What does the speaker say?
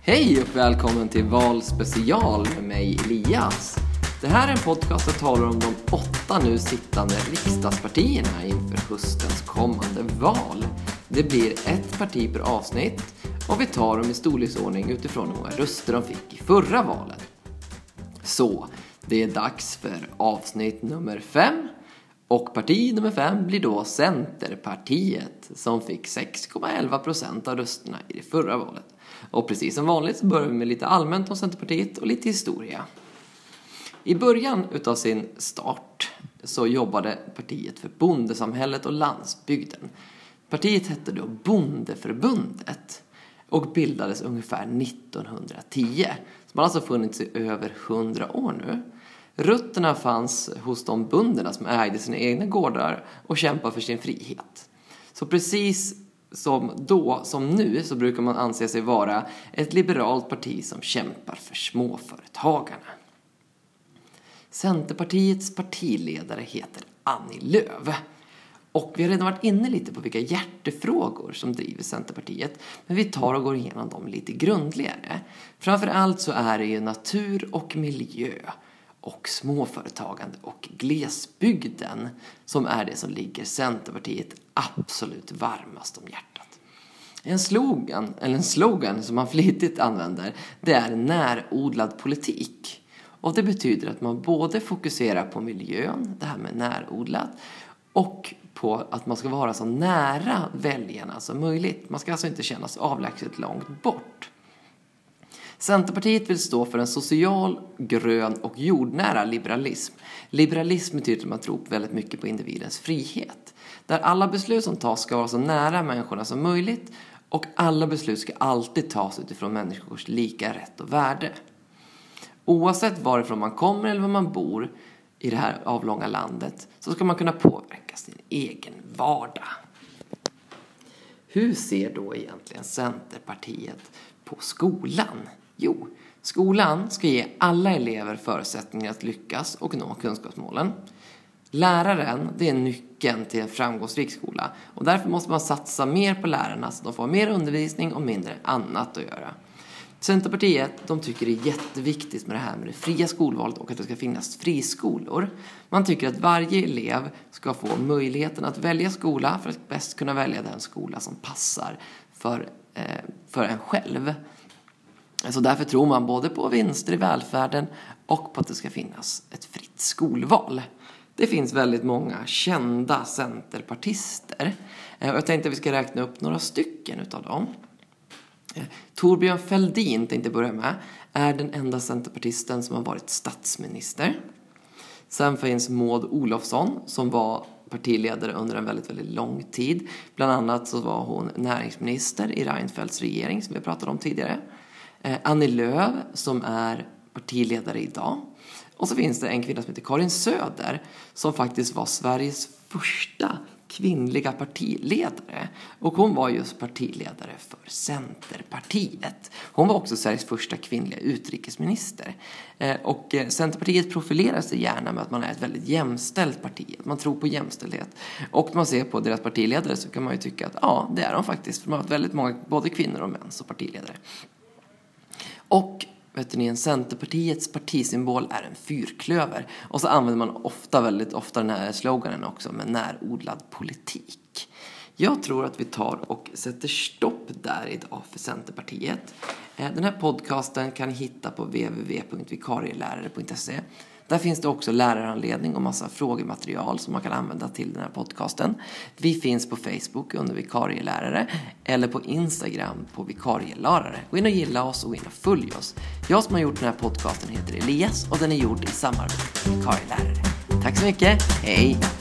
Hej och välkommen till Valspecial med mig Elias. Det här är en podcast som talar om de 8 nu sittande riksdagspartierna inför höstens kommande val. Det blir ett parti per avsnitt och vi tar dem i storleksordning utifrån hur många röster de fick i förra valet. Så, det är dags för avsnitt nummer 5. Och parti nummer 5 blir då Centerpartiet som fick 6,11% av rösterna i det förra valet. Och precis som vanligt så börjar vi med lite allmänt om Centerpartiet och lite historia. I början utav sin start så jobbade partiet för bondesamhället och landsbygden. Partiet hette då Bondeförbundet och bildades ungefär 1910. Så man har alltså funnits i över 100 år nu. Rötterna fanns hos de bönderna som ägde sina egna gårdar och kämpade för sin frihet. Så precis som då som nu så brukar man anse sig vara ett liberalt parti som kämpar för småföretagarna. Centerpartiets partiledare heter Annie Lööf. Och vi har redan varit inne lite på vilka hjärtefrågor som driver Centerpartiet. Men vi tar och går igenom dem lite grundligare. Framförallt så är det ju natur och miljö och småföretagande och glesbygden som är det som ligger Centerpartiet absolut varmast om hjärtat. En slogan som man flitigt använder, det är närodlad politik. Och det betyder att man både fokuserar på miljön, det här med närodlat, och på att man ska vara så nära väljarna som möjligt. Man ska alltså inte kännas avlägset långt bort. Centerpartiet vill stå för en social, grön och jordnära liberalism. Liberalism betyder att man tror väldigt mycket på individens frihet. Där alla beslut som tas ska vara så nära människorna som möjligt och alla beslut ska alltid tas utifrån människors lika rätt och värde. Oavsett varifrån man kommer eller var man bor i det här avlånga landet så ska man kunna påverka sin egen vardag. Hur ser då egentligen Centerpartiet på skolan? Jo, skolan ska ge alla elever förutsättningar att lyckas och nå kunskapsmålen. Läraren, det är nyckeln till en framgångsrik skola och därför måste man satsa mer på lärarna så att de får mer undervisning och mindre annat att göra. Centerpartiet, de tycker det är jätteviktigt med det här med det fria skolvalet och att det ska finnas friskolor. Man tycker att varje elev ska få möjligheten att välja skola för att bäst kunna välja den skola som passar för en själv. Så därför tror man både på vinster i välfärden och på att det ska finnas ett fritt skolval. Det finns väldigt många kända centerpartister. Och jag tänkte att vi ska räkna upp några stycken utav dem. Thorbjörn Fälldin, tänkte jag börja med, är den enda centerpartisten som har varit statsminister. Sen finns Maud Olofsson som var partiledare under en väldigt, väldigt lång tid. Bland annat så var hon näringsminister i Reinfeldts regering som vi pratade om tidigare. Annie Lööf som är partiledare idag. Och så finns det en kvinna som heter Karin Söder som faktiskt var Sveriges första kvinnliga partiledare. Och hon var just partiledare för Centerpartiet. Hon var också Sveriges första kvinnliga utrikesminister. Och Centerpartiet profilerar sig gärna med att man är ett väldigt jämställt parti. Man tror på jämställdhet. Och när man ser på deras partiledare så kan man ju tycka att ja, det är de faktiskt. För de har väldigt många, både kvinnor och män som partiledare. Och vet ni, en Centerpartiets partisymbol är en fyrklöver. Och så använder man väldigt ofta den här sloganen också med närodlad politik. Jag tror att vi tar och sätter stopp där idag för Centerpartiet. Den här podcasten kan ni hitta på www.vikarielärare.se. Där finns det också lärarhandledning och massa frågematerial som man kan använda till den här podcasten. Vi finns på Facebook under vikarielärare eller på Instagram på vikarielärare. Gå in och gilla oss och gå in och följ oss. Jag som har gjort den här podcasten heter Elias och den är gjord i samarbete med vikarielärare. Tack så mycket, hej!